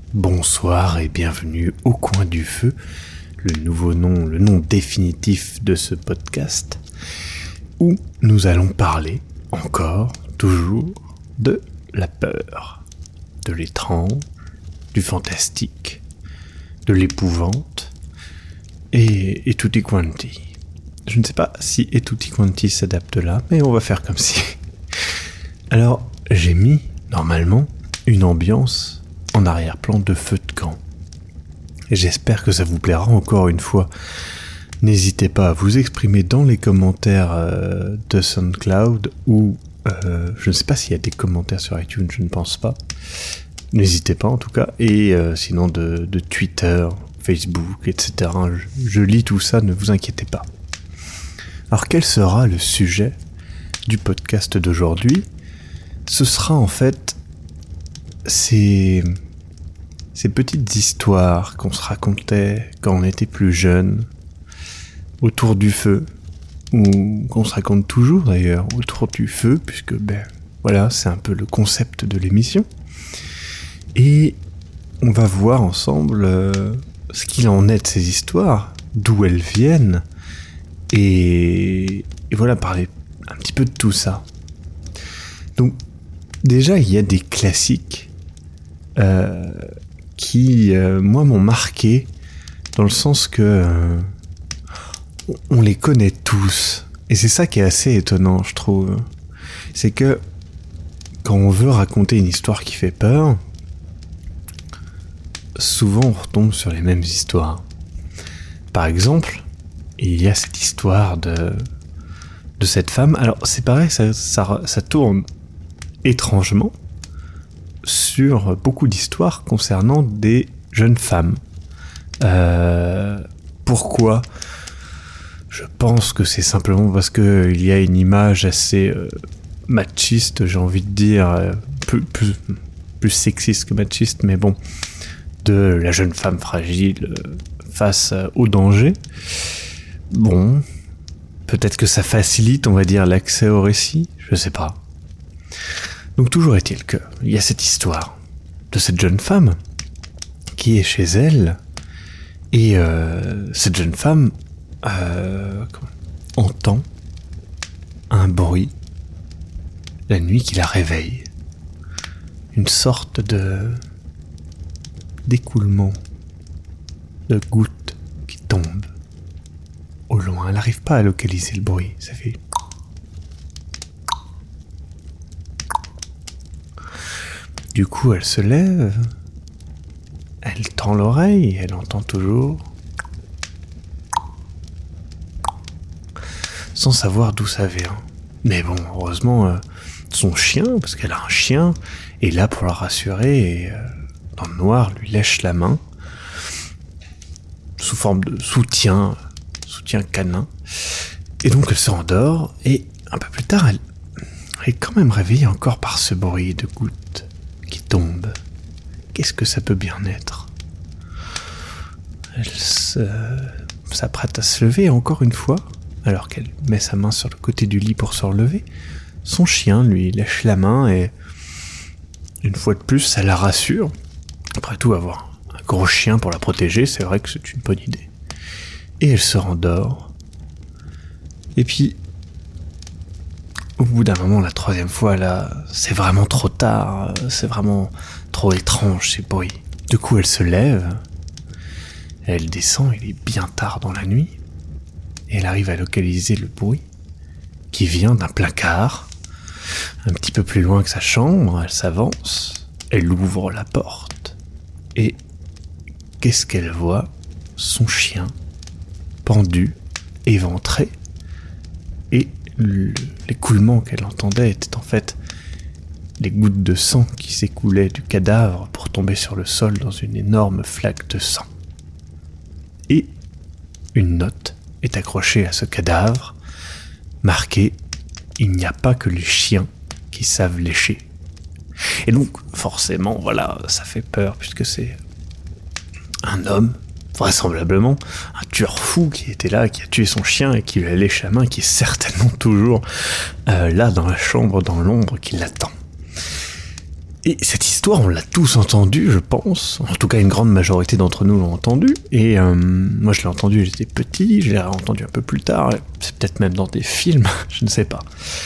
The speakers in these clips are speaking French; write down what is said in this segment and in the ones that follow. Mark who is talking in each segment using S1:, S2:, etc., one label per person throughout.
S1: Bonsoir et bienvenue au Coin du Feu, le nom définitif de ce podcast, où nous allons parler, toujours, de la peur, de l'étrange, du fantastique, de l'épouvante, et tutti quanti. Je ne sais pas si et tutti quanti s'adapte là, mais on va faire comme si. Alors, j'ai mis, normalement, une ambiance en arrière-plan de feu de camp. Et j'espère que ça vous plaira encore une fois. N'hésitez pas à vous exprimer dans les commentaires de SoundCloud ou je ne sais pas s'il y a des commentaires sur iTunes, je ne pense pas. N'hésitez pas en tout cas. Et sinon de Twitter, Facebook, etc. Je lis tout ça, ne vous inquiétez pas. Alors quel sera le sujet du podcast d'aujourd'hui ? Ce sera en fait ces petites histoires qu'on se racontait quand on était plus jeune, autour du feu, ou qu'on se raconte toujours d'ailleurs, autour du feu, puisque voilà, c'est un peu le concept de l'émission. Et on va voir ensemble ce qu'il en est de ces histoires, d'où elles viennent, et voilà, parler un petit peu de tout ça. Donc, déjà, il y a des classiques qui, moi, m'ont marqué, dans le sens que on les connaît tous. Et c'est ça qui est assez étonnant, je trouve. C'est que quand on veut raconter une histoire qui fait peur, souvent on retombe sur les mêmes histoires. Par exemple, il y a cette histoire de cette femme. Alors, c'est pareil, ça tourne étrangement sur beaucoup d'histoires concernant des jeunes femmes. Pourquoi ? Je pense que c'est simplement parce que il y a une image assez machiste, j'ai envie de dire, plus sexiste que machiste, mais bon, de la jeune femme fragile face au danger. Bon, peut-être que ça facilite, on va dire, l'accès au récit, je sais pas. Donc toujours est-il que il y a cette histoire de cette jeune femme qui est chez elle, et cette jeune femme entend un bruit la nuit qui la réveille, une sorte d'écoulement de gouttes qui tombent au loin. Elle n'arrive pas à localiser le bruit, ça fait... Du coup, elle se lève, elle tend l'oreille, elle entend toujours, sans savoir d'où ça vient. Mais bon, heureusement, son chien, parce qu'elle a un chien, est là pour la rassurer et, dans le noir, lui lèche la main, sous forme de soutien canin. Et donc elle se rendort, et un peu plus tard, elle est quand même réveillée encore par ce bruit de gouttes qui tombent. Qu'est-ce que ça peut bien être ? Elle s'apprête à se lever encore une fois, alors qu'elle met sa main sur le côté du lit pour se relever. Son chien lui lèche la main et, une fois de plus, ça la rassure. Après tout, avoir un gros chien pour la protéger, c'est vrai que c'est une bonne idée. Et elle se rendort. Et puis, au bout d'un moment, la troisième fois, là, c'est vraiment trop tard. C'est vraiment trop étrange, ces bruits. Du coup, elle se lève. Elle descend, il est bien tard dans la nuit. Et elle arrive à localiser le bruit qui vient d'un placard. Un petit peu plus loin que sa chambre, elle s'avance. Elle ouvre la porte. Et qu'est-ce qu'elle voit ? Son chien, pendu, éventré. Et l'écoulement qu'elle entendait était en fait les gouttes de sang qui s'écoulaient du cadavre pour tomber sur le sol dans une énorme flaque de sang. Et une note est accrochée à ce cadavre, marquée « Il n'y a pas que les chiens qui savent lécher ». Et donc, forcément, voilà, ça fait peur, puisque c'est un homme, vraisemblablement, un tueur fou qui était là, qui a tué son chien et qui lui a léché la main, qui est certainement toujours là dans la chambre, dans l'ombre, qui l'attend. Et cette histoire, on l'a tous entendue, je pense. En tout cas, une grande majorité d'entre nous l'ont entendue. Et moi, je l'ai entendue, j'étais petit, je l'ai entendu un peu plus tard. C'est peut-être même dans des films, je ne sais pas.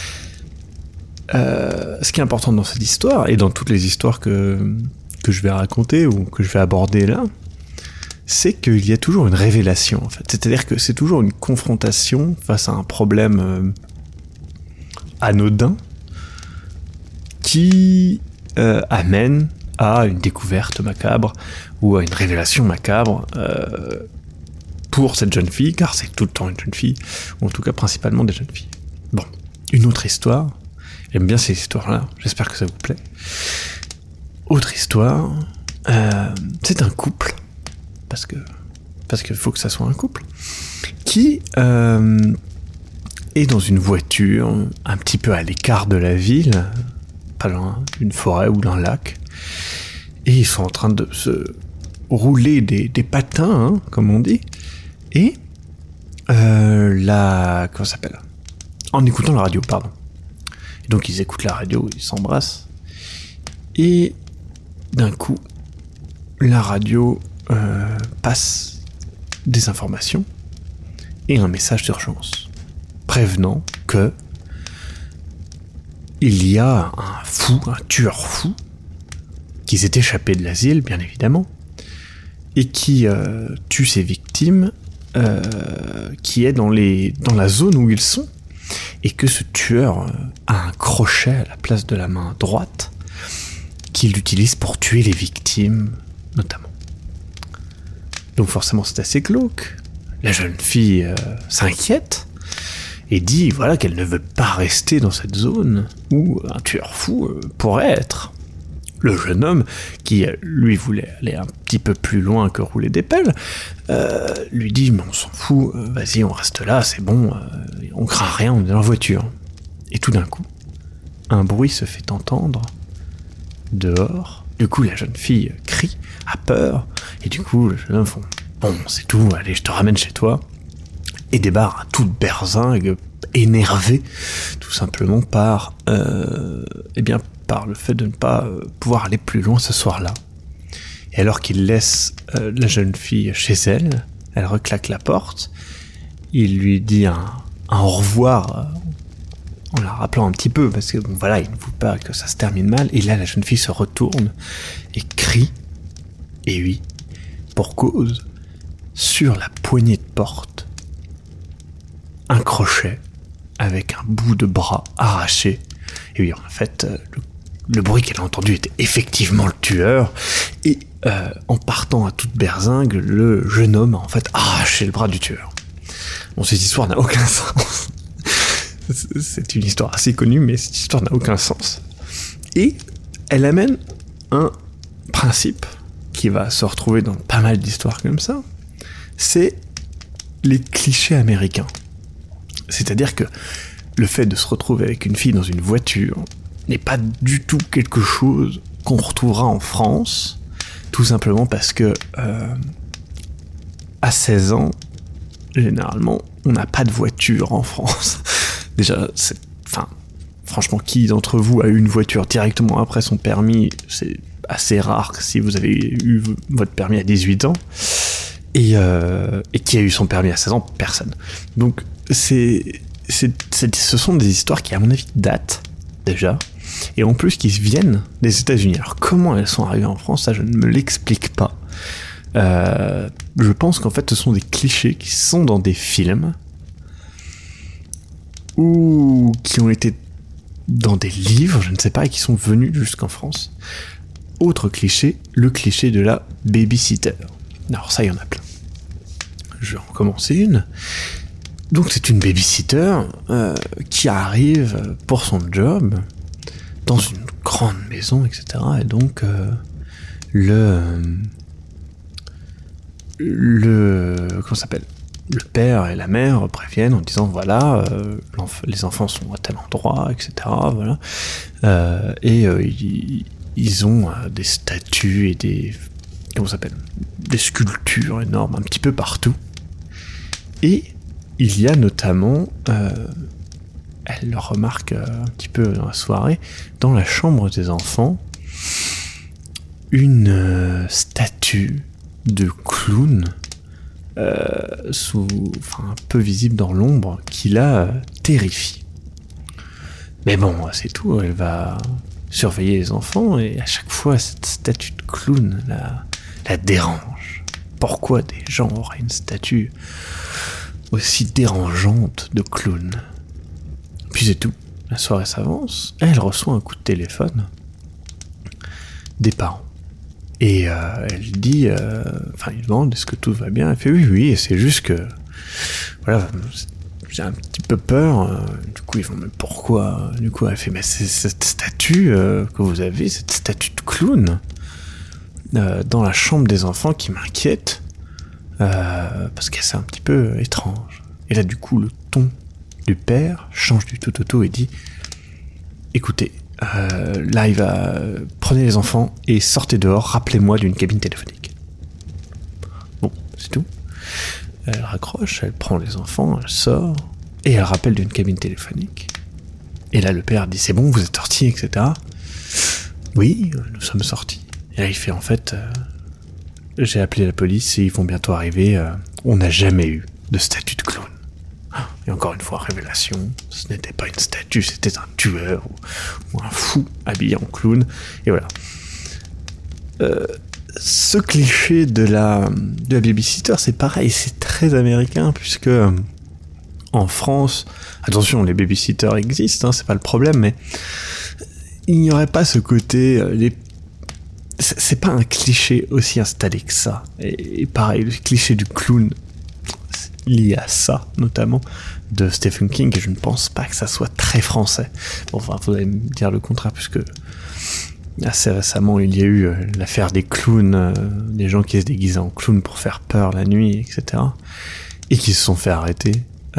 S1: Ce qui est important dans cette histoire, et dans toutes les histoires que je vais raconter ou que je vais aborder là, c'est qu'il y a toujours une révélation, en fait. C'est-à-dire que c'est toujours une confrontation face à un problème anodin qui amène à une découverte macabre ou à une révélation macabre pour cette jeune fille, car c'est tout le temps une jeune fille, ou en tout cas principalement des jeunes filles. Bon, une autre histoire. J'aime bien ces histoires-là, j'espère que ça vous plaît. Autre histoire, c'est un couple, parce qu'il faut que ça soit un couple, qui est dans une voiture, un petit peu à l'écart de la ville, pas loin d'une forêt ou d'un lac, et ils sont en train de se rouler des patins, hein, comme on dit, et comment ça s'appelle ? En écoutant la radio, pardon. Et donc ils écoutent la radio, ils s'embrassent, et d'un coup, la radio passe des informations et un message d'urgence prévenant que il y a un tueur fou qui s'est échappé de l'asile, bien évidemment, et qui tue ses victimes, qui est dans la zone où ils sont, et que ce tueur a un crochet à la place de la main droite qu'il utilise pour tuer les victimes, notamment. Donc forcément c'est assez glauque. La jeune fille s'inquiète et dit voilà qu'elle ne veut pas rester dans cette zone où un tueur fou pourrait être. Le jeune homme, qui lui voulait aller un petit peu plus loin que rouler des pelles, lui dit mais on s'en fout, vas-y on reste là, c'est bon, on craint rien, on est dans la voiture. Et tout d'un coup, un bruit se fait entendre dehors. Du coup la jeune fille crie, a peur, et du coup le jeune homme font bon c'est tout, allez je te ramène chez toi, et débarque à toute berzingue, énervé tout simplement par le fait de ne pas pouvoir aller plus loin ce soir-là. Et alors qu'il laisse la jeune fille chez elle, elle reclaque la porte, il lui dit un au revoir en la rappelant un petit peu, parce que bon voilà, il ne veut pas que ça se termine mal, et là la jeune fille se retourne et crie, et oui, pour cause, sur la poignée de porte, un crochet avec un bout de bras arraché. Et oui, en fait, le bruit qu'elle a entendu était effectivement le tueur, et en partant à toute berzingue, le jeune homme a en fait arraché le bras du tueur. Bon, cette histoire n'a aucun sens. C'est une histoire assez connue, mais cette histoire n'a aucun sens. Et elle amène un principe qui va se retrouver dans pas mal d'histoires comme ça, c'est les clichés américains. C'est-à-dire que le fait de se retrouver avec une fille dans une voiture n'est pas du tout quelque chose qu'on retrouvera en France, tout simplement parce que à 16 ans, généralement, on n'a pas de voiture en France. Déjà, franchement, qui d'entre vous a eu une voiture directement après son permis ? C'est assez rare si vous avez eu votre permis à 18 ans. Et qui a eu son permis à 16 ans ? Personne. Donc, ce sont des histoires qui, à mon avis, datent déjà, et en plus qui viennent des États-Unis. Alors, comment elles sont arrivées en France ? Ça, je ne me l'explique pas. Je pense qu'en fait, ce sont des clichés qui sont dans des films ou qui ont été dans des livres, je ne sais pas, et qui sont venus jusqu'en France. Autre cliché, le cliché de la babysitter. Alors ça, il y en a plein. Je vais en commencer une. Donc c'est une babysitter qui arrive pour son job dans une grande maison, etc. Et donc comment ça s'appelle ? Le père et la mère préviennent en disant voilà, les enfants sont à tel endroit, etc. Voilà. Ils ont des statues et des sculptures énormes un petit peu partout. Et il y a notamment, elle le remarque un petit peu dans la soirée, dans la chambre des enfants, une statue de clown un peu visible dans l'ombre qui la terrifie. Mais bon, c'est tout, elle va surveiller les enfants et à chaque fois cette statue de clown la dérange. Pourquoi des gens auraient une statue aussi dérangeante de clown? Puis c'est tout, la soirée s'avance, elle reçoit un coup de téléphone des parents. Et elle dit, il demande est-ce que tout va bien? Elle fait oui, et c'est juste que, voilà, j'ai un petit peu peur. Du coup, ils font mais pourquoi? Du coup, elle fait mais c'est cette statue que vous avez, cette statue de clown dans la chambre des enfants qui m'inquiète parce que c'est un petit peu étrange. Et là, du coup, le ton du père change du tout au tout et dit écoutez. Là, il va prenez les enfants et sortez dehors. Rappelez-moi d'une cabine téléphonique. Bon, c'est tout. Elle raccroche, elle prend les enfants, elle sort et elle rappelle d'une cabine téléphonique. Et là, le père dit c'est bon, vous êtes sortis, etc. Oui, nous sommes sortis. Et là, il fait en fait, j'ai appelé la police et ils vont bientôt arriver. On n'a jamais eu de statue de clown. Et encore une fois, révélation, ce n'était pas une statue, c'était un tueur ou un fou habillé en clown. Et voilà. Ce cliché de la babysitter, c'est pareil, c'est très américain, puisque en France, attention, les babysitters existent, c'est pas le problème, mais il n'y aurait pas ce côté... c'est pas un cliché aussi installé que ça. Et pareil, le cliché du clown... lié à ça, notamment, de Stephen King, et je ne pense pas que ça soit très français. Bon, enfin, vous allez me dire le contraire, puisque assez récemment, il y a eu l'affaire des clowns, des gens qui se déguisaient en clowns pour faire peur la nuit, etc., et qui se sont fait arrêter,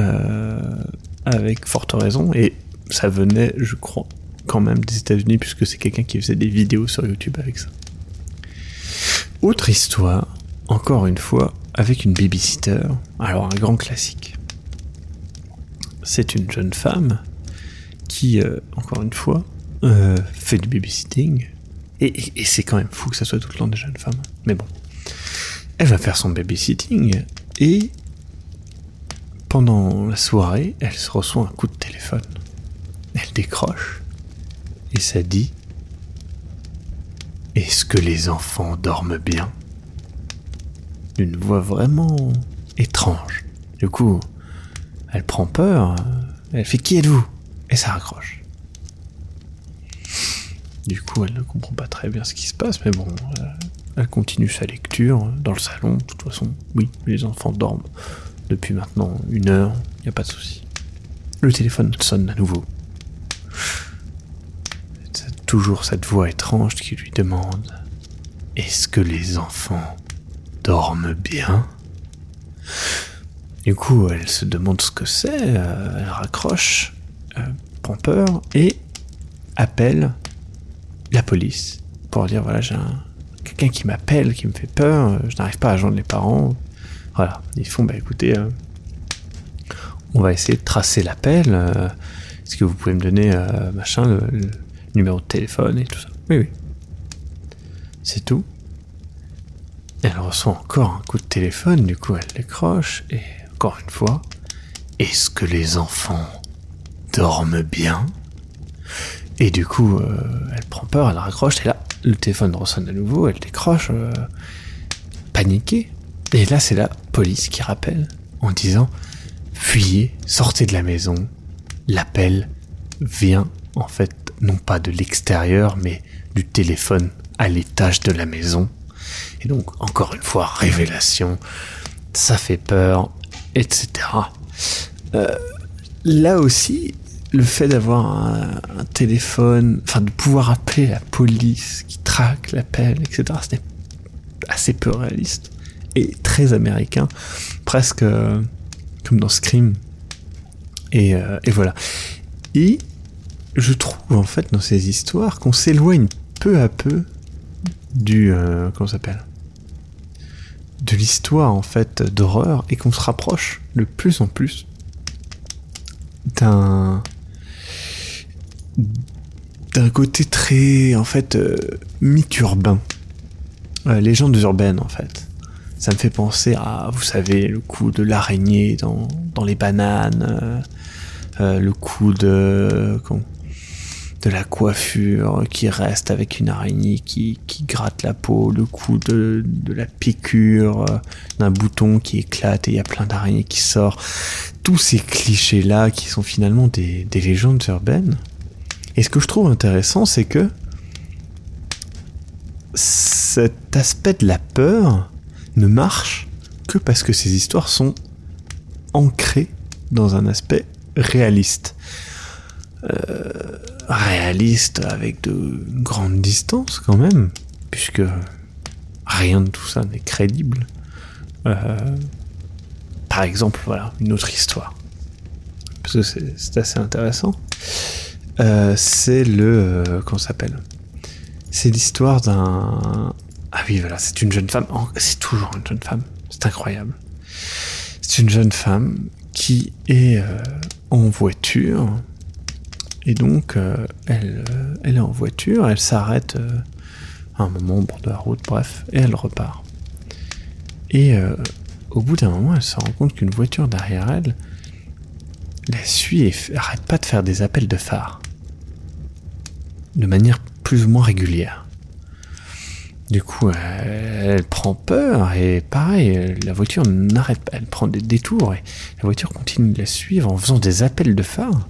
S1: avec forte raison, et ça venait, je crois, quand même des États-Unis, puisque c'est quelqu'un qui faisait des vidéos sur YouTube avec ça. Autre histoire, encore une fois, avec une babysitter, alors un grand classique. C'est une jeune femme qui, encore une fois, fait du babysitting, et c'est quand même fou que ça soit tout le temps des jeunes femmes, mais bon. Elle va faire son babysitting, et pendant la soirée, elle se reçoit un coup de téléphone. Elle décroche, et ça dit « Est-ce que les enfants dorment bien ?» D'une voix vraiment étrange. Du coup, elle prend peur, elle fait « Qui êtes-vous ?» et ça raccroche. Du coup, elle ne comprend pas très bien ce qui se passe, mais bon, elle continue sa lecture dans le salon. De toute façon, oui, les enfants dorment depuis maintenant 1 heure, il n'y a pas de souci. Le téléphone sonne à nouveau. C'est toujours cette voix étrange qui lui demande « Est-ce que les enfants dorment bien ?» Du coup, elle se demande ce que c'est, elle raccroche, prend peur et appelle la police pour dire voilà, j'ai quelqu'un qui m'appelle, qui me fait peur, je n'arrive pas à joindre les parents. Voilà, ils font bah écoutez, on va essayer de tracer l'appel. Est-ce que vous pouvez me donner le numéro de téléphone et tout ça? Oui, oui. C'est tout. Elle reçoit encore un coup de téléphone, du coup elle décroche, et encore une fois, est-ce que les enfants dorment bien? Et du coup, elle prend peur, elle raccroche, et là, le téléphone ressonne à nouveau, elle décroche, paniquée. Et là, c'est la police qui rappelle, en disant « Fuyez, sortez de la maison, l'appel vient, en fait, non pas de l'extérieur, mais du téléphone à l'étage de la maison. » Et donc, encore une fois, révélation, ça fait peur, etc. Là aussi, le fait d'avoir un téléphone, enfin de pouvoir appeler la police qui traque l'appel, etc., c'était assez peu réaliste et très américain, presque comme dans Scream. Et voilà. Et je trouve en fait dans ces histoires qu'on s'éloigne peu à peu du comment ça s'appelle, de l'histoire en fait d'horreur, et qu'on se rapproche de plus en plus d'un côté très en fait mythe urbain légendes urbaines en fait. Ça me fait penser à, vous savez, le coup de l'araignée dans les bananes, le coup de la coiffure qui reste avec une araignée qui gratte la peau, le coup de la piqûre d'un bouton qui éclate et il y a plein d'araignées qui sortent. Tous ces clichés-là qui sont finalement des légendes urbaines. Et ce que je trouve intéressant, c'est que cet aspect de la peur ne marche que parce que ces histoires sont ancrées dans un aspect réaliste. Réaliste avec de grandes distances quand même, puisque rien de tout ça n'est crédible. Par exemple, voilà, une autre histoire. Parce que c'est assez intéressant. C'est comment ça s'appelle ? C'est l'histoire d'un... Ah oui, voilà, c'est une jeune femme. C'est toujours une jeune femme. C'est incroyable. C'est une jeune femme qui est en voiture. Et donc, elle est en voiture. Elle s'arrête à un moment au bord de la route, bref. Et elle repart. Et au bout d'un moment, elle se rend compte qu'une voiture derrière elle la suit et arrête pas de faire des appels de phare. De manière plus ou moins régulière. Du coup, elle prend peur et pareil, la voiture n'arrête pas, elle prend des détours et la voiture continue de la suivre en faisant des appels de phare.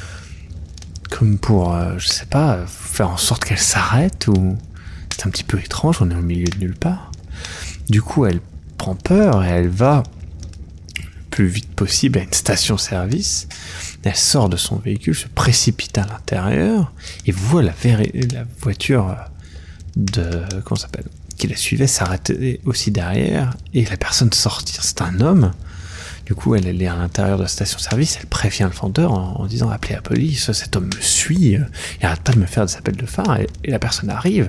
S1: Comme pour, je sais pas, faire en sorte qu'elle s'arrête ou... C'est un petit peu étrange, on est au milieu de nulle part. Du coup, elle prend peur et elle va le plus vite possible à une station-service. Elle sort de son véhicule, se précipite à l'intérieur et voit la voiture comment ça s'appelle, qui la suivait s'arrêter aussi derrière et la personne sortir. C'est un homme. Du coup, elle est à l'intérieur de la station-service, elle prévient le vendeur en disant « Appelez la police, cet homme me suit, il arrête pas de me faire des appels de phare. » Et la personne arrive.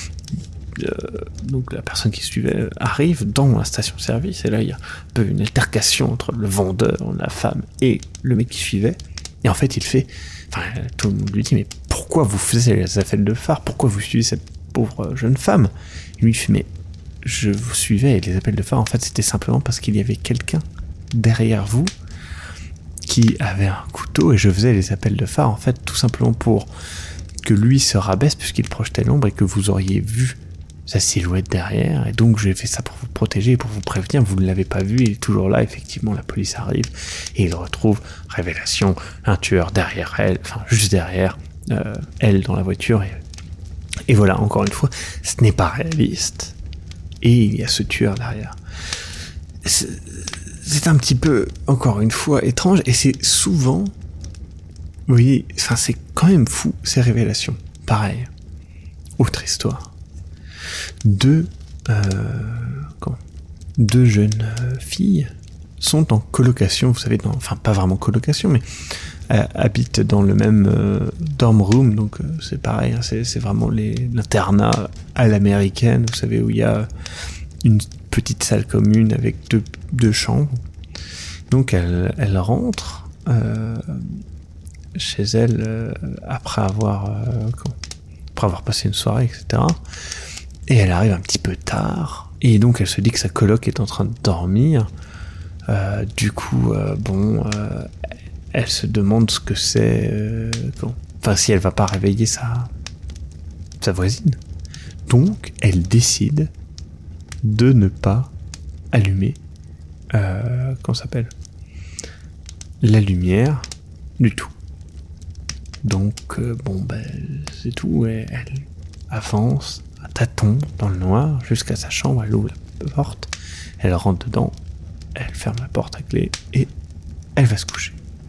S1: Donc la personne qui suivait arrive dans la station-service et là, il y a un peu une altercation entre le vendeur, la femme et le mec qui suivait. Et en fait, tout le monde lui dit « Mais pourquoi vous faisiez les appels de phare ? Pourquoi vous suivez cette pauvre jeune femme ?» Et lui, il fait « Mais je vous suivais et les appels de phare, en fait, c'était simplement parce qu'il y avait quelqu'un derrière vous qui avait un couteau et je faisais les appels de phare en fait tout simplement pour que lui se rabaisse puisqu'il projetait l'ombre et que vous auriez vu sa silhouette derrière et donc j'ai fait ça pour vous protéger et pour vous prévenir, vous ne l'avez pas vu, il est toujours là, effectivement la police arrive et il retrouve, révélation, un tueur derrière elle, enfin juste derrière elle dans la voiture et voilà, encore une fois, ce n'est pas réaliste et il y a ce tueur derrière. C'est un petit peu, encore une fois, étrange, et c'est souvent, vous voyez, enfin, c'est quand même fou, ces révélations. Pareil. Autre histoire. Deux jeunes filles sont en colocation, vous savez, enfin, pas vraiment colocation, mais habitent dans le même dorm room, donc c'est pareil, hein, c'est vraiment l'internat à l'américaine, vous savez, où il y a une petite salle commune avec deux chambres. Donc elle rentre chez elle après avoir passé une soirée, etc. Et elle arrive un petit peu tard. Et donc elle se dit que sa coloc est en train de dormir. Du coup, elle se demande ce que c'est. Enfin, si elle va pas réveiller sa voisine. Donc elle décide de ne pas allumer comment ça s'appelle, la lumière du tout. Donc c'est tout, et elle avance à tâtons dans le noir jusqu'à sa chambre, elle ouvre la porte, elle rentre dedans, elle ferme la porte à clé et elle va se coucher.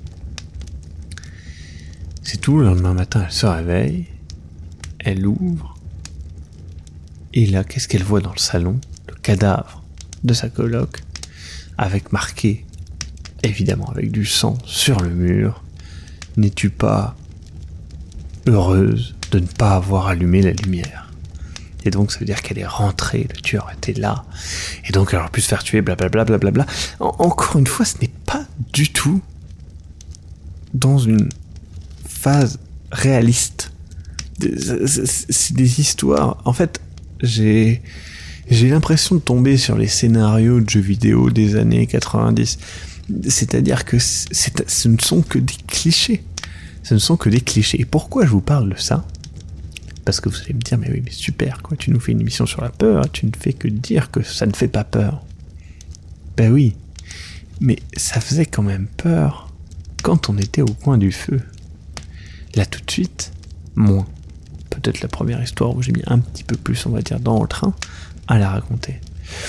S1: C'est tout, le lendemain matin elle se réveille, elle ouvre et là qu'est-ce qu'elle voit dans le salon? Le cadavre de sa coloc avec marqué, évidemment avec du sang sur le mur, « N'es-tu pas heureuse de ne pas avoir allumé la lumière ?» Et donc ça veut dire qu'elle est rentrée, le tueur était là, et donc elle aurait pu se faire tuer, blablabla, blablabla. Encore une fois, ce n'est pas du tout dans une phase réaliste. C'est des histoires, en fait, j'ai J'ai l'impression de tomber sur les scénarios de jeux vidéo des années 90. C'est-à-dire que ce ne sont que des clichés. Ce ne sont que des clichés. Et pourquoi je vous parle de ça ? Parce que vous allez me dire, mais oui, mais super, quoi, tu nous fais une émission sur la peur, tu ne fais que dire que ça ne fait pas peur. Ben oui, mais ça faisait quand même peur quand on était au coin du feu. Là tout de suite, moins. Peut-être la première histoire où j'ai mis un petit peu plus, on va dire, dans le train à la raconter.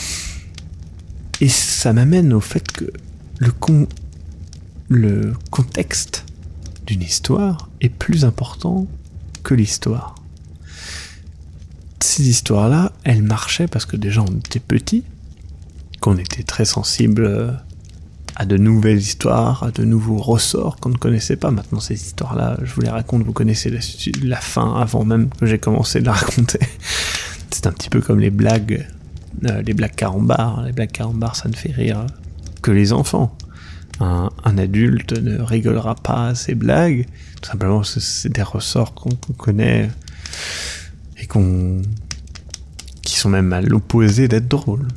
S1: Et ça m'amène au fait que le contexte d'une histoire est plus important que l'histoire. Ces histoires-là, elles marchaient parce que déjà on était petits, qu'on était très sensible à de nouvelles histoires, à de nouveaux ressorts qu'on ne connaissait pas. Maintenant, ces histoires-là, je vous les raconte, vous connaissez la fin avant même que j'ai commencé de la raconter. C'est un petit peu comme les blagues carambars. Les blagues carambars, ça ne fait rire que les enfants. Un adulte ne rigolera pas à ces blagues, tout simplement parce que c'est des ressorts qu'on connaît et qui sont même à l'opposé d'être drôles.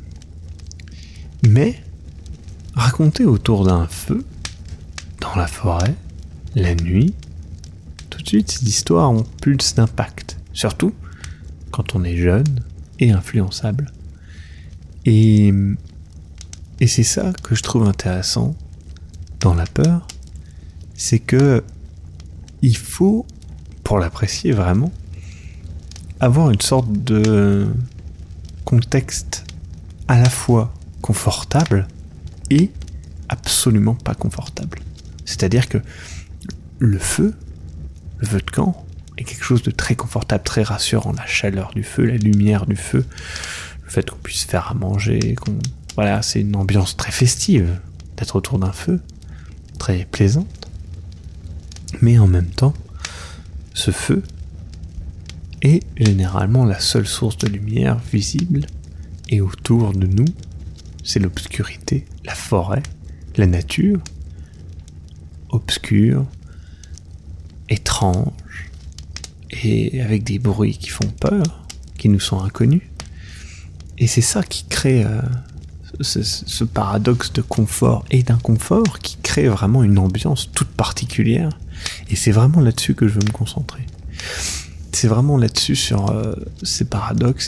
S1: Mais raconter autour d'un feu, dans la forêt, la nuit, tout de suite ces histoires ont plus d'impact, surtout quand on est jeune et influençable. Et c'est ça que je trouve intéressant dans la peur, c'est que il faut, pour l'apprécier vraiment, avoir une sorte de contexte à la fois confortable et absolument pas confortable. C'est-à-dire que le feu de camp est quelque chose de très confortable, très rassurant. La chaleur du feu, la lumière du feu, le fait qu'on puisse faire à manger, voilà, c'est une ambiance très festive d'être autour d'un feu, très plaisante. Mais en même temps, ce feu est généralement la seule source de lumière visible, et autour de nous, c'est l'obscurité, la forêt, la nature, obscure, étrange, et avec des bruits qui font peur, qui nous sont inconnus. Et c'est ça qui crée ce paradoxe de confort et d'inconfort qui crée vraiment une ambiance toute particulière. Et c'est vraiment là-dessus que je veux me concentrer. C'est vraiment là-dessus, sur ces paradoxes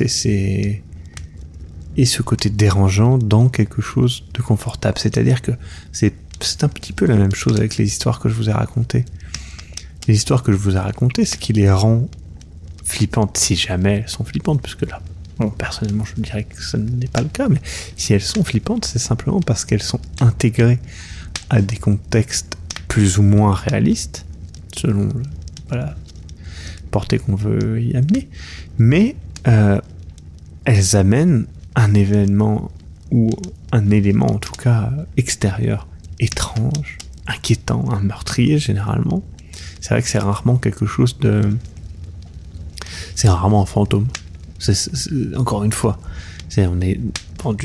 S1: et ce côté dérangeant dans quelque chose de confortable. C'est-à-dire que c'est un petit peu la même chose avec les histoires que je vous ai racontées. Les histoires que je vous ai racontées, ce qui les rend flippantes, si jamais elles sont flippantes, puisque là, bon, personnellement, je dirais que ce n'est pas le cas, mais si elles sont flippantes, c'est simplement parce qu'elles sont intégrées à des contextes plus ou moins réalistes, selon la portée qu'on veut y amener, mais elles amènent un événement ou un élément en tout cas extérieur, étrange, inquiétant, un meurtrier généralement. C'est vrai que c'est rarement quelque chose c'est rarement un fantôme. C'est encore une fois, on est dans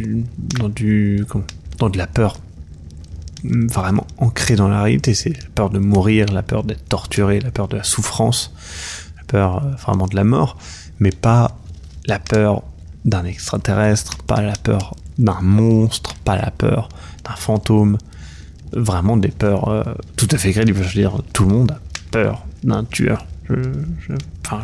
S1: de la peur vraiment ancrée dans la réalité. C'est la peur de mourir, la peur d'être torturé, la peur de la souffrance, la peur vraiment de la mort, mais pas la peur d'un extraterrestre, pas la peur d'un monstre, pas la peur d'un fantôme. Vraiment des peurs tout à fait crédibles. Je veux dire, tout le monde a peur d'un tueur. Je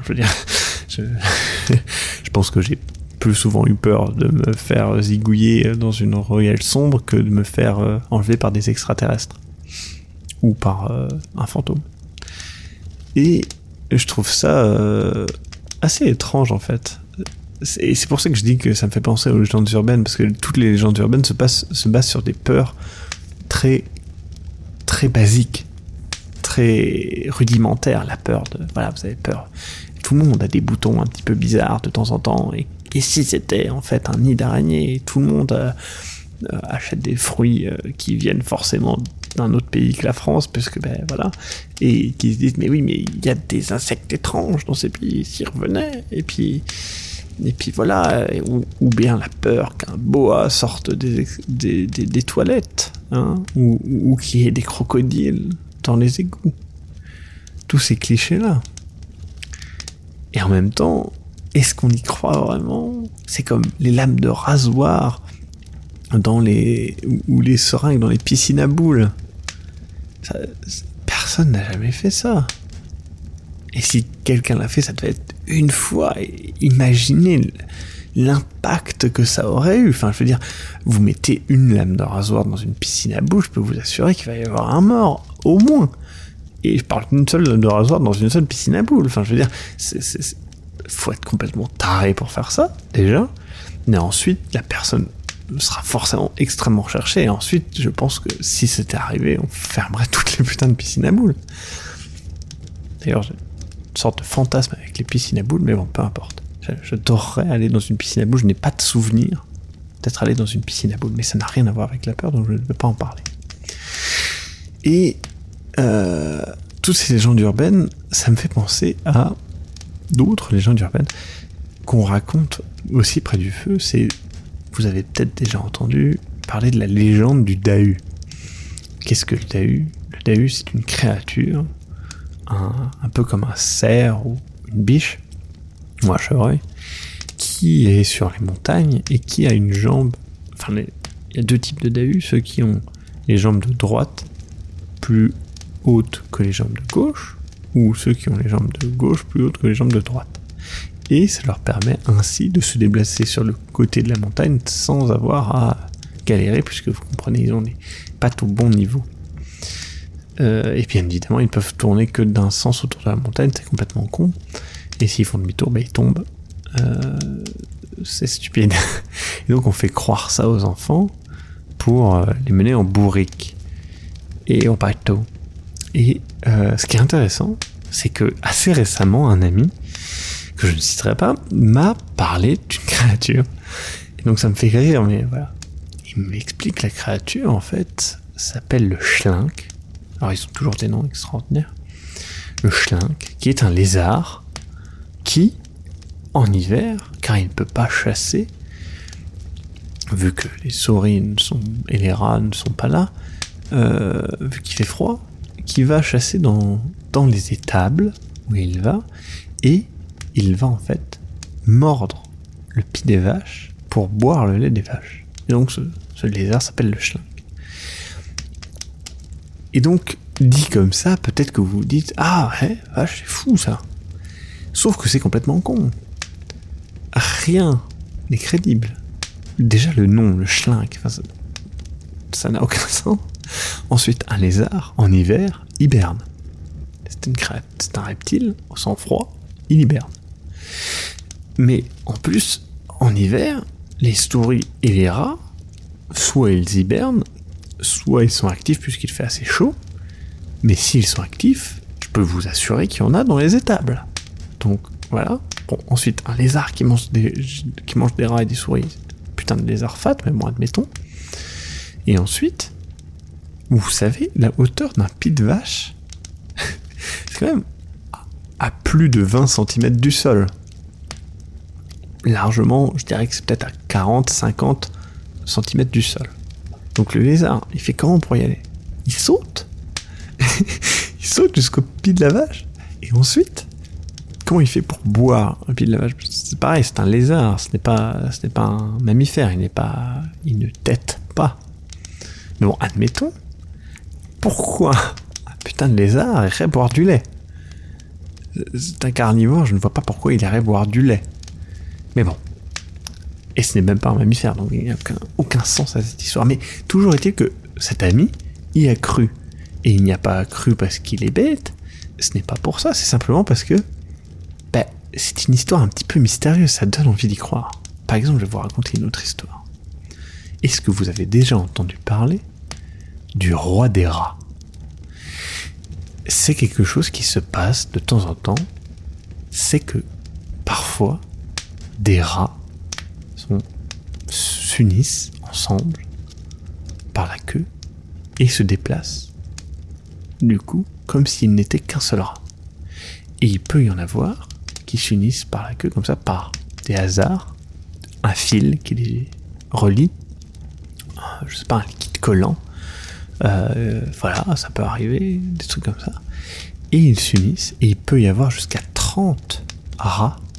S1: pense que j'ai plus souvent eu peur de me faire zigouiller dans une ruelle sombre que de me faire enlever par des extraterrestres ou par un fantôme. Et je trouve ça assez étrange en fait. Et c'est pour ça que je dis que ça me fait penser aux légendes urbaines, parce que toutes les légendes urbaines se basent sur des peurs très très basiques, très rudimentaires. La peur de, voilà, vous avez peur. Tout le monde a des boutons un petit peu bizarres de temps en temps, et si c'était en fait un nid d'araignée, et tout le monde achète des fruits qui viennent forcément d'un autre pays que la France, parce que voilà, et qui se disent mais oui, mais il y a des insectes étranges dans ces pays, s'ils revenaient, et puis voilà, ou bien la peur qu'un boa sorte des toilettes, hein, ou qu'il y ait des crocodiles dans les égouts. Tous ces clichés-là. Et en même temps, est-ce qu'on y croit vraiment? C'est comme les lames de rasoir ou les seringues dans les piscines à boules. Personne n'a jamais fait ça. Et si quelqu'un l'a fait, ça devait être une fois. Imaginez l'impact que ça aurait eu. Enfin, je veux dire, vous mettez une lame de rasoir dans une piscine à boules, je peux vous assurer qu'il va y avoir un mort, au moins. Et je parle d'une seule lame de rasoir dans une seule piscine à boules. Enfin, je veux dire, faut être complètement taré pour faire ça, déjà. Mais ensuite, la personne sera forcément extrêmement recherchée. Et ensuite, je pense que si c'était arrivé, on fermerait toutes les putains de piscines à boules. D'ailleurs, j'ai une sorte de fantasme avec les piscines à boules, mais bon, peu importe. J'adorerais aller dans une piscine à boules. Je n'ai pas de souvenir d'être allé dans une piscine à boules, mais ça n'a rien à voir avec la peur, donc je ne vais pas en parler. Et toutes ces légendes urbaines, ça me fait penser à d'autres légendes urbaines qu'on raconte aussi près du feu. Vous avez peut-être déjà entendu parler de la légende du Dahu. Qu'est-ce que le Dahu? Le Dahu, c'est une créature, un peu comme un cerf ou une biche, ou un chevreuil, qui est sur les montagnes et qui a une jambe... Enfin, il y a deux types de Dahu, ceux qui ont les jambes de droite plus hautes que les jambes de gauche, ou ceux qui ont les jambes de gauche plus hautes que les jambes de droite. Et ça leur permet ainsi de se déplacer sur le côté de la montagne sans avoir à galérer, puisque vous comprenez, ils ont les pattes au bon niveau. Et bien évidemment, ils peuvent tourner que d'un sens autour de la montagne, c'est complètement con. Et s'ils font demi-tour, ils tombent. C'est stupide. Et donc on fait croire ça aux enfants pour les mener en bourrique et en bateau. Et ce qui est intéressant, c'est que assez récemment, un ami, que je ne citerai pas, m'a parlé d'une créature. Et donc ça me fait rire, mais voilà. Il m'explique que la créature, en fait, s'appelle le schlinck. Alors ils ont toujours des noms extraordinaires. Le schlinck, qui est un lézard qui, en hiver, car il ne peut pas chasser, vu que les souris et les rats ne sont pas là, vu qu'il fait froid, qui va chasser dans les étables où il va, et il va en fait mordre le pied des vaches pour boire le lait des vaches. Et donc ce lézard s'appelle le schlinck. Et donc, dit comme ça, peut-être que vous vous dites « Ah ouais, vache, c'est fou ça !» Sauf que c'est complètement con. Rien n'est crédible. Déjà le nom, le schlinck, ça n'a aucun sens. Ensuite, un lézard, en hiver, hiberne. C'est un reptile, au sang froid, il hiberne. Mais en plus, en hiver, les souris et les rats, soit ils hibernent, soit ils sont actifs puisqu'il fait assez chaud, mais s'ils sont actifs, je peux vous assurer qu'il y en a dans les étables. Donc voilà. Bon, ensuite, un lézard qui mange des rats et des souris, putain de lézard fat, mais bon, admettons. Et ensuite, vous savez, la hauteur d'un pied de vache, c'est quand même à plus de 20 cm du sol. Largement, je dirais que c'est peut-être à 40-50 cm du sol. Donc le lézard, il fait comment pour y aller? Il saute. Il saute jusqu'au pied de la vache. Et ensuite, comment il fait pour boire un pied de la vache? C'est pareil, c'est un lézard, ce n'est pas un mammifère, il ne tète pas. Mais bon, admettons, pourquoi un putain de lézard irait boire du lait? C'est un carnivore, je ne vois pas pourquoi il irait boire du lait. Mais bon. Et ce n'est même pas un mammifère, donc il n'y a aucun sens à cette histoire. Mais toujours est-il que cet ami y a cru. Et il n'y a pas cru parce qu'il est bête, ce n'est pas pour ça, c'est simplement parce que c'est une histoire un petit peu mystérieuse, ça donne envie d'y croire. Par exemple, je vais vous raconter une autre histoire. Est-ce que vous avez déjà entendu parler du roi des rats? C'est quelque chose qui se passe de temps en temps, c'est que parfois des rats s'unissent ensemble par la queue et se déplacent du coup comme s'il n'était qu'un seul rat. Et il peut y en avoir qui s'unissent par la queue comme ça par des hasards, un fil qui les relie, je sais pas, un liquide collant, voilà, ça peut arriver, des trucs comme ça, et ils s'unissent, et il peut y avoir jusqu'à 30 rats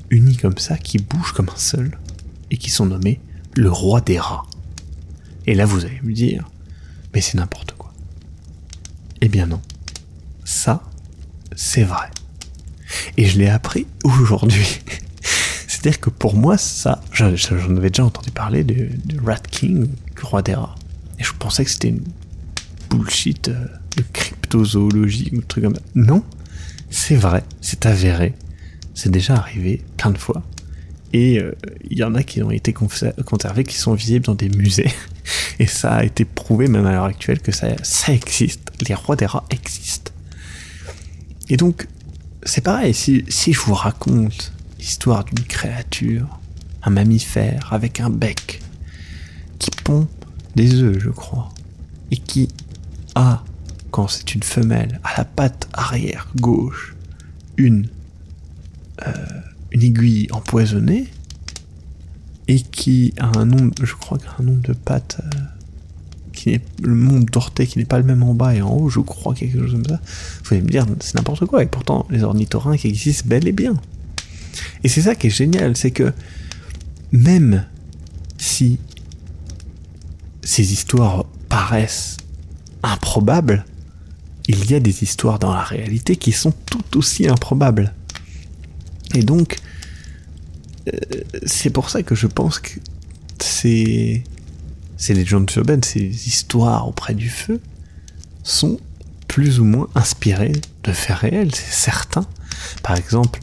S1: unis comme ça, qui bougent comme un seul, et qui sont nommés le roi des rats. Et là vous allez me dire, mais c'est n'importe quoi. Eh bien non, ça, c'est vrai. Et je l'ai appris aujourd'hui. C'est-à-dire que pour moi, ça, j'en avais déjà entendu parler de Rat King, le roi des rats. Et je pensais que c'était une bullshit de cryptozoologie ou un truc comme ça. Non, c'est vrai, c'est avéré. C'est déjà arrivé plein de fois. Et il y en a qui ont été conservés, qui sont visibles dans des musées. Et ça a été prouvé, même à l'heure actuelle, que ça existe. Les rois des rats existent. Et donc, c'est pareil, si je vous raconte l'histoire d'une créature, un mammifère avec un bec, qui pond des œufs, je crois, et qui a, quand c'est une femelle, à la patte arrière gauche, une aiguille empoisonnée, et qui a un nombre, je crois qu'il y a un nombre de pattes, le nombre d'orteils qui n'est pas le même en bas et en haut, je crois, quelque chose comme ça. Vous allez me dire, c'est n'importe quoi, et pourtant, les ornithorynques existent bel et bien. Et c'est ça qui est génial, c'est que, même si ces histoires paraissent improbables, il y a des histoires dans la réalité qui sont tout aussi improbables. Et donc, c'est pour ça que je pense que ces légendes urbaines, ces histoires auprès du feu, sont plus ou moins inspirées de faits réels, c'est certain. Par exemple,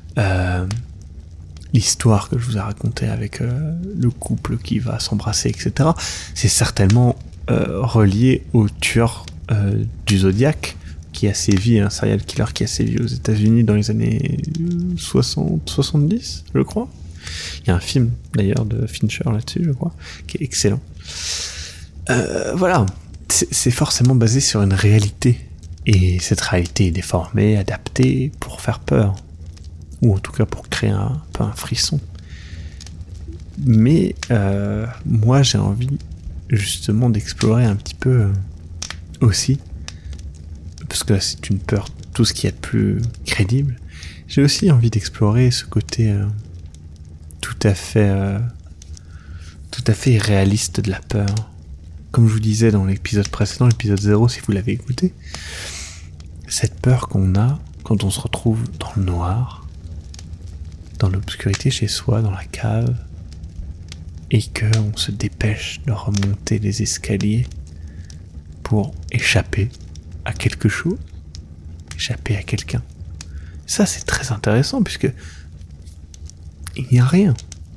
S1: l'histoire que je vous ai racontée avec le couple qui va s'embrasser, etc., c'est certainement relié au tueur du Zodiac, qui a sévi, un serial killer qui a sévi aux États-Unis dans les années 60-70, je crois. Il y a un film d'ailleurs de Fincher là-dessus, je crois, qui est excellent. Voilà, c'est forcément basé sur une réalité, et cette réalité est déformée, adaptée pour faire peur, ou en tout cas pour créer un peu un frisson. Mais moi j'ai envie justement d'explorer un petit peu aussi, parce que là c'est une peur, tout ce qu'il y a de plus crédible. J'ai aussi envie d'explorer ce côté tout à fait irréaliste de la peur. Comme je vous disais dans l'épisode précédent, l'épisode 0, si vous l'avez écouté, cette peur qu'on a quand on se retrouve dans le noir, dans l'obscurité chez soi, dans la cave, et qu'on se dépêche de remonter les escaliers pour échapper à quelque chose, échapper à quelqu'un. Ça, c'est très intéressant, puisque il n'y a rien.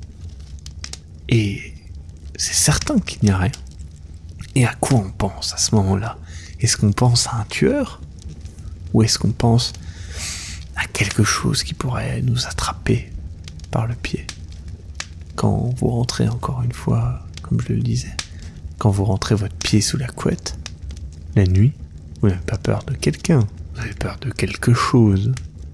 S1: Et c'est certain qu'il n'y a rien. Et à quoi on pense à ce moment-là ? Est-ce qu'on pense à un tueur ? Ou est-ce qu'on pense à quelque chose qui pourrait nous attraper par le pied ? Quand vous rentrez, encore une fois, comme je le disais, quand vous rentrez votre pied sous la couette, la nuit, vous n'avez pas peur de quelqu'un, vous avez peur de quelque chose.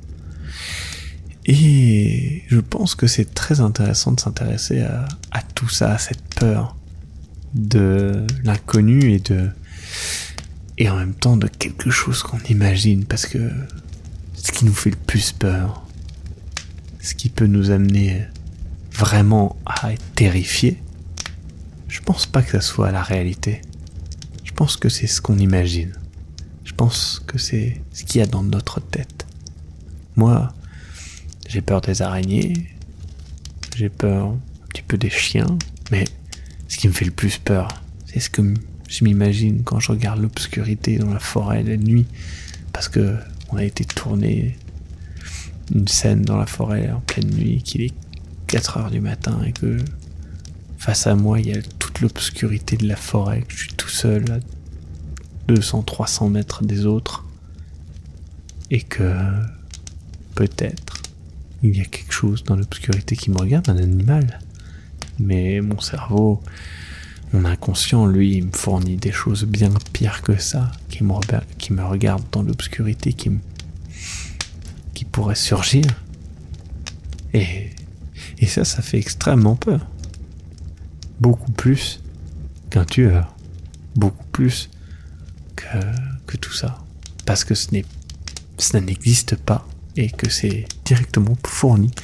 S1: Et je pense que c'est très intéressant de s'intéresser à tout ça, à cette peur de l'inconnu et en même temps de quelque chose qu'on imagine, parce que ce qui nous fait le plus peur, ce qui peut nous amener vraiment à être terrifiés, je pense pas que ça soit la réalité. Je pense que c'est ce qu'on imagine. Je pense que c'est ce qu'il y a dans notre tête. Moi, j'ai peur des araignées, j'ai peur un petit peu des chiens, mais ce qui me fait le plus peur, c'est ce que je m'imagine quand je regarde l'obscurité dans la forêt la nuit, parce que on a été tourné une scène dans la forêt en pleine nuit, qu'il est 4h du matin et que face à moi il y a toute l'obscurité de la forêt, que je suis tout seul à 200-300 mètres des autres, et que peut-être il y a quelque chose dans l'obscurité qui me regarde, un animal. Mais mon cerveau, mon inconscient, lui, il me fournit des choses bien pires que ça, qui me regarde dans l'obscurité, qui pourrait surgir. Et ça fait extrêmement peur. Beaucoup plus qu'un tueur. Beaucoup plus que tout ça. Parce que ça n'existe pas, et que c'est directement fourni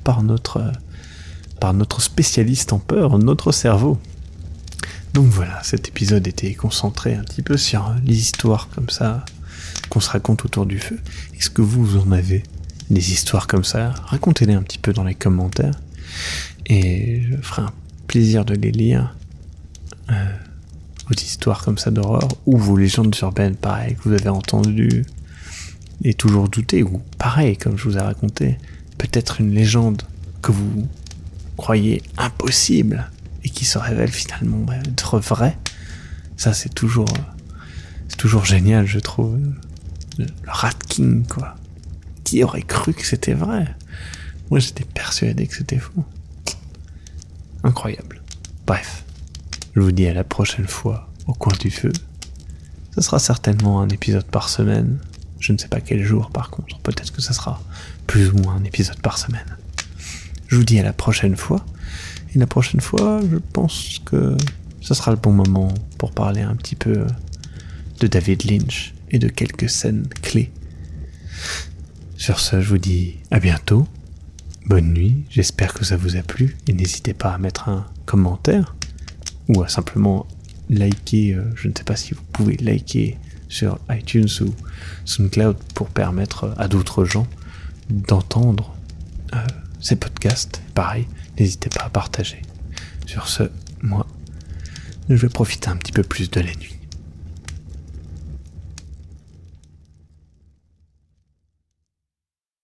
S1: par notre spécialiste en peur, notre cerveau. Donc voilà, cet épisode était concentré un petit peu sur les histoires comme ça qu'on se raconte autour du feu. Est-ce que vous en avez des histoires comme ça? Racontez-les un petit peu dans les commentaires et je ferai un plaisir de les lire. Vos histoires comme ça d'horreur ou vos légendes urbaines, pareil, que vous avez entendues et toujours douté, ou pareil, comme je vous ai raconté, peut-être une légende que vous croyez impossible et qui se révèle finalement être vraie. Ça, c'est toujours génial, je trouve. Le Rat King, quoi. Qui aurait cru que c'était vrai? Moi, j'étais persuadé que c'était faux. Incroyable. Bref, je vous dis à la prochaine fois au coin du feu. Ce sera certainement un épisode par semaine. Je ne sais pas quel jour, par contre. Peut-être que ça sera plus ou moins un épisode par semaine. Je vous dis à la prochaine fois. Et la prochaine fois, je pense que ce sera le bon moment pour parler un petit peu de David Lynch et de quelques scènes clés. Sur ce, je vous dis à bientôt. Bonne nuit, j'espère que ça vous a plu. Et n'hésitez pas à mettre un commentaire ou à simplement liker. Je ne sais pas si vous pouvez liker sur iTunes ou SoundCloud pour permettre à d'autres gens d'entendre ces podcasts. Pareil, n'hésitez pas à partager. Sur ce, moi, je vais profiter un petit peu plus de la nuit.